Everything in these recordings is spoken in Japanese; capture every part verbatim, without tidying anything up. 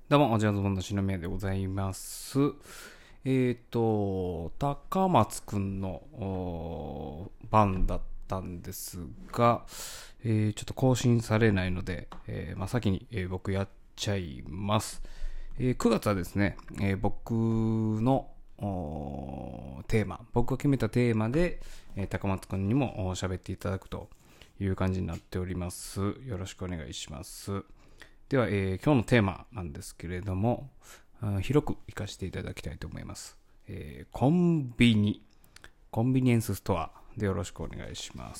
どうも、ジャズボンド篠宮でございます。えっ、ー、と、高松くんの番だったんですが、えー、ちょっと更新されないので、えーまあ、先に、えー、僕やっちゃいます。えー、くがつはですね、えー、僕のテーマ、僕が決めたテーマで、えー、高松くんにも喋っていただくという感じになっております。よろしくお願いします。では、えー、今日のテーマなんですけれども、広く活かしていただきたいと思います。えー、コンビニ、コンビニエンスストアでよろしくお願いします。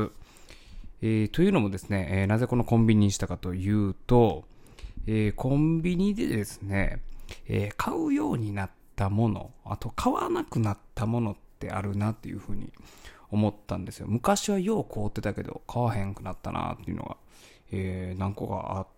えー、というのもですね、えー、なぜこのコンビニにしたかというと、えー、コンビニでですね、えー、買うようになったもの、あと買わなくなったものってあるなっていうふうに思ったんですよ。昔はよう買うてたけど買わへんくなったなっていうのが、えー、何個かあって、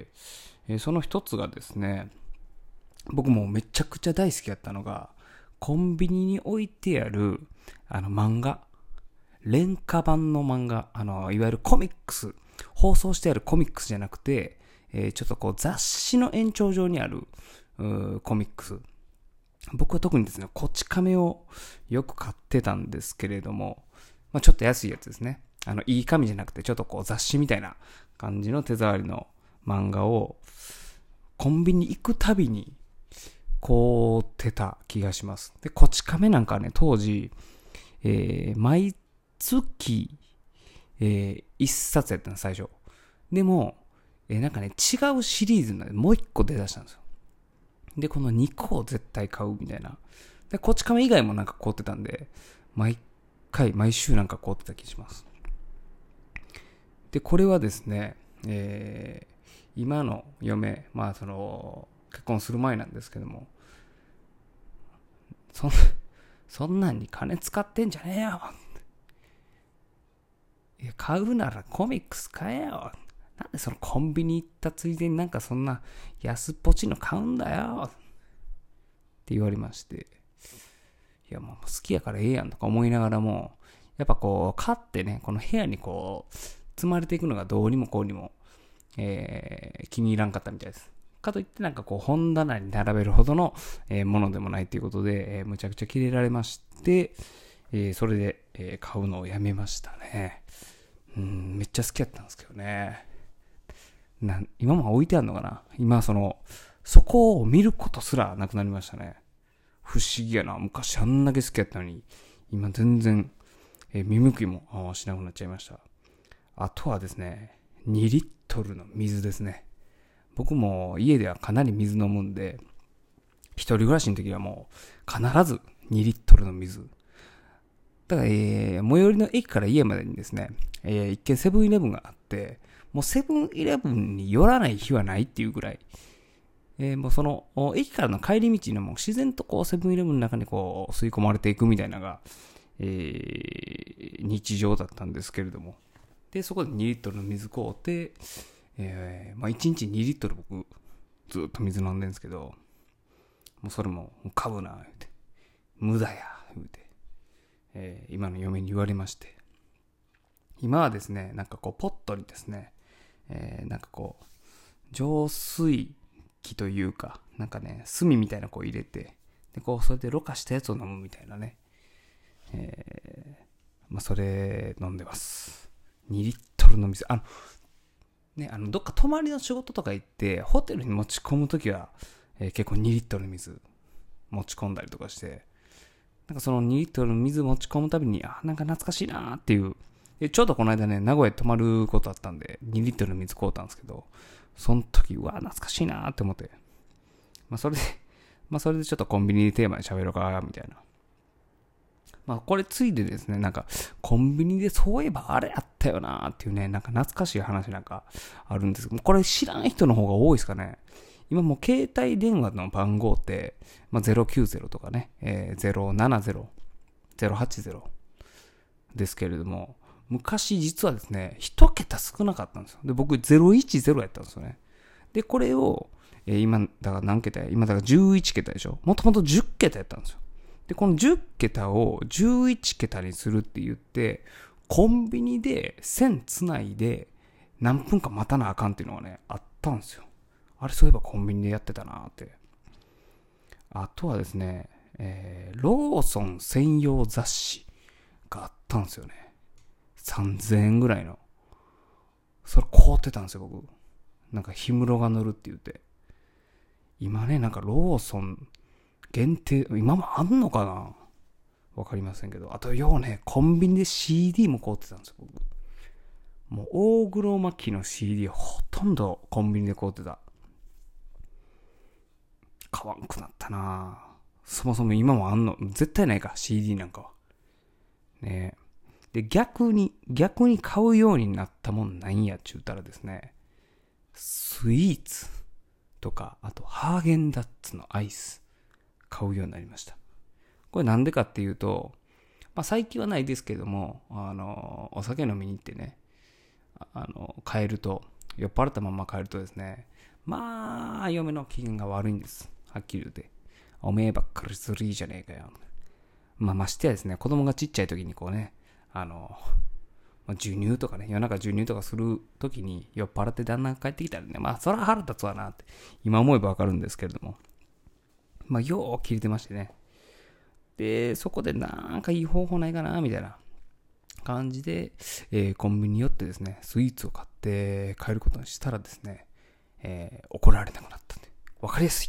えー、その一つがですね、僕もめちゃくちゃ大好きだったのが、コンビニに置いてあるあの漫画、廉価版の漫画、あのいわゆるコミックス、放送してあるコミックスじゃなくて、えー、ちょっとこう雑誌の延長上にあるコミックス。僕は特にですね、こち亀をよく買ってたんですけれども、まあ、ちょっと安いやつですね。あの、いい紙じゃなくて、ちょっとこう雑誌みたいな感じの手触りの漫画を、コンビニ行くたびに買ってた気がします。で、こち亀なんかね、当時、えー、毎月、えー、一冊やったの、最初。でも、えー、なんかね、違うシリーズなんで、もう一個出だしたんですよ。で、このにこを絶対買うみたいな。で、こち亀以外もなんか買ってたんで、毎回、毎週なんか買ってた気します。で、これはですね、えー、今の嫁、まあその、結婚する前なんですけども、そんな、そんなんに金使ってんじゃねえよ。いや、買うならコミックス買えよ。なんでそのコンビニ行ったついでになんかそんな安っぽちの買うんだよって言われまして、いやもう好きやからええやんとか思いながらも、やっぱこう買ってね、この部屋にこう積まれていくのがどうにもこうにも、えー、気に入らんかったみたいです。かといってなんかこう本棚に並べるほどの、えー、ものでもないということで、えー、むちゃくちゃキレられまして、えー、それで、えー、買うのをやめましたね。うん、めっちゃ好きやったんですけどね。な今も置いてあるのかな。今そのそこを見ることすらなくなりましたね。不思議やな。昔あんだけ好きやったのに今全然、えー、見向きもしなくなっちゃいました。あとはですね、にリットルの水ですね。僕も家ではかなり水飲むんで、一人暮らしの時はもう必ずにリットルの水。だから、えー、最寄りの駅から家までにですね、えー、一見セブンイレブンがあって、もうセブンイレブンに寄らない日はないっていうぐらい、えー、もうその、駅からの帰り道のもう自然とこうセブンイレブンの中にこう吸い込まれていくみたいなのが、えー、日常だったんですけれども。で、そこでにリットルの水買うて、えー、まあいちにちにリットル僕、ずっと水飲んでるんですけど、もうそれも買うな、言うて。無駄や、言うて。えー、今の嫁に言われまして。今はですね、なんかこう、ポットにですね、えー、なんかこう、浄水器というか、なんかね、炭みたいなこう入れて、で、こう、それでろ過したやつを飲むみたいなね。えー、まあ、それ飲んでます。にリットルの水。あの、ね、あの、どっか泊まりの仕事とか行って、ホテルに持ち込むときは、えー、結構にリットルの水持ち込んだりとかして、なんかそのにリットルの水持ち込むたびに、あ、なんか懐かしいなーっていう。で、ちょうどこの間ね、名古屋に泊まることあったんで、にリットルの水買うたんですけど、その時、うわ、懐かしいなーって思って。まあそれで、まあそれでちょっとコンビニテーマで喋ろうか、みたいな。まあこれついでですね、なんか、コンビニでそういえばあれあったよなーっていうね、なんか懐かしい話なんかあるんですけど、これ知らん人の方が多いですかね。今もう携帯電話の番号って、まあ、ゼロきゅうゼロとかね、えー、ゼロななゼロ、ゼロはちゼロですけれども、昔実はですね、一桁少なかったんですよ。で、僕ゼロいちゼロやったんですよね。で、これを、えー、今、だから何桁や今だからじゅういち桁でしょ。もともとじゅっ桁やったんですよ。で、このじゅっ桁をじゅういち桁にするって言って、コンビニで線つないで何分か待たなあかんっていうのがね、あったんですよ。 あれそういえばコンビニでやってたなって。あとはですね、えー、ローソン専用雑誌があったんですよね。さんぜんえんぐらいの。それ買ってたんですよ、僕。なんか氷室が乗るって言って。今ね、なんかローソン限定、今もあんのかなわかりませんけど。あと、ようね、コンビニで シーディー も買ってたんですよ、僕。もう、大黒摩季の シーディー ほとんどコンビニで買ってた。買わんくなったなそもそも今もあんの、絶対ないか、シーディー なんかは。ねで、逆に、逆に買うようになったもんなんやっちゅうたらですね、スイーツとか、あとハーゲンダッツのアイス買うようになりました。これなんでかっていうと、まあ最近はないですけども、あの、お酒飲みに行ってね、あの、帰ると、酔っ払ったまま帰るとですね、まあ、嫁の機嫌が悪いんです。はっきり言うて。おめえばっかりするいいじゃねえかよ。まあ、ましてやですね、子供がちっちゃい時にこうね、あの、授乳とかね、夜中授乳とかする時に酔っ払って旦那が帰ってきたらね、まあ、そら腹立つわなって、今思えばわかるんですけれども。まあ、よう切れてましてね。で、そこでなんかいい方法ないかな、みたいな感じで、えー、コンビニに寄ってですね、スイーツを買って帰ることにしたらですね、えー、怒られなくなったんで、わかりやすい。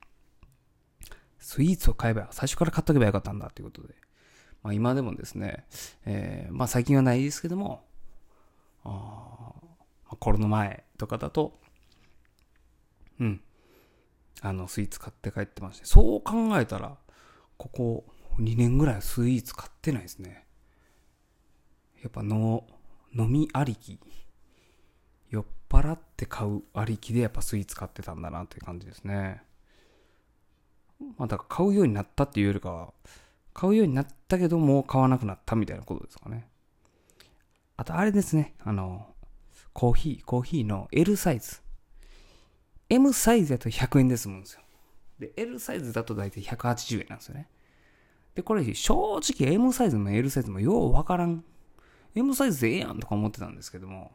スイーツを買えば、最初から買っとけばよかったんだということで、まあ、今でもですね、えー、まあ最近はないですけども、あコロナ前とかだと、うん、あのスイーツ買って帰ってまして、そう考えたら、ここにねんぐらいスイーツ買ってないですね。やっぱの飲みありき、酔っ払って買うありきでやっぱスイーツ買ってたんだなっていう感じですね。まあだから買うようになったっていうよりかは、買うようになったけどもう買わなくなったみたいなことですかね。あとあれですね、あの、コーヒー、コーヒーの L サイズ。M サイズだとひゃくえんで済むんですよ。で、L サイズだと大体ひゃくはちじゅうえんなんですよね。で、これ正直 M サイズも L サイズもようわからん。M サイズでええやんとか思ってたんですけども、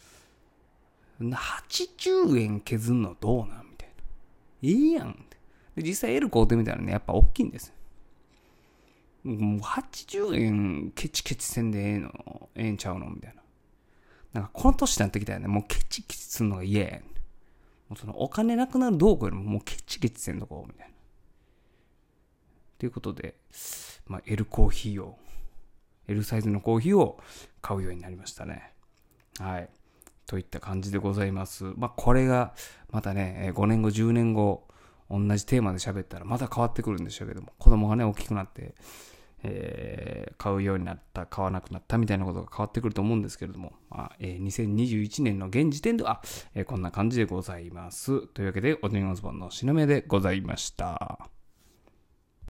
はちじゅうえん削るのどうなんみたいな。ええやんって。で、実際 L 買うてみたらね、やっぱ大きいんですよ。もうはちじゅうえんケチケチせんでええの、ええんちゃうのみたいな。なんかこの年になってきたらね、もうケチケチするのが嫌やん。もうそのお金なくなるどうこうよりももうケチケチせんとこみたいな。ということで、まあ L コーヒーを、L サイズのコーヒーを買うようになりましたね。はい。といった感じでございます。まあこれがまたね、ごねんご、じゅうねんご、同じテーマで喋ったらまた変わってくるんでしょうけども、子供がね、大きくなって、えー、買うようになった、買わなくなったみたいなことが変わってくると思うんですけれども、まあえー、にせんにじゅういちねんの現時点では、えー、こんな感じでございます。というわけで、おじんおズボンのしのめでございました。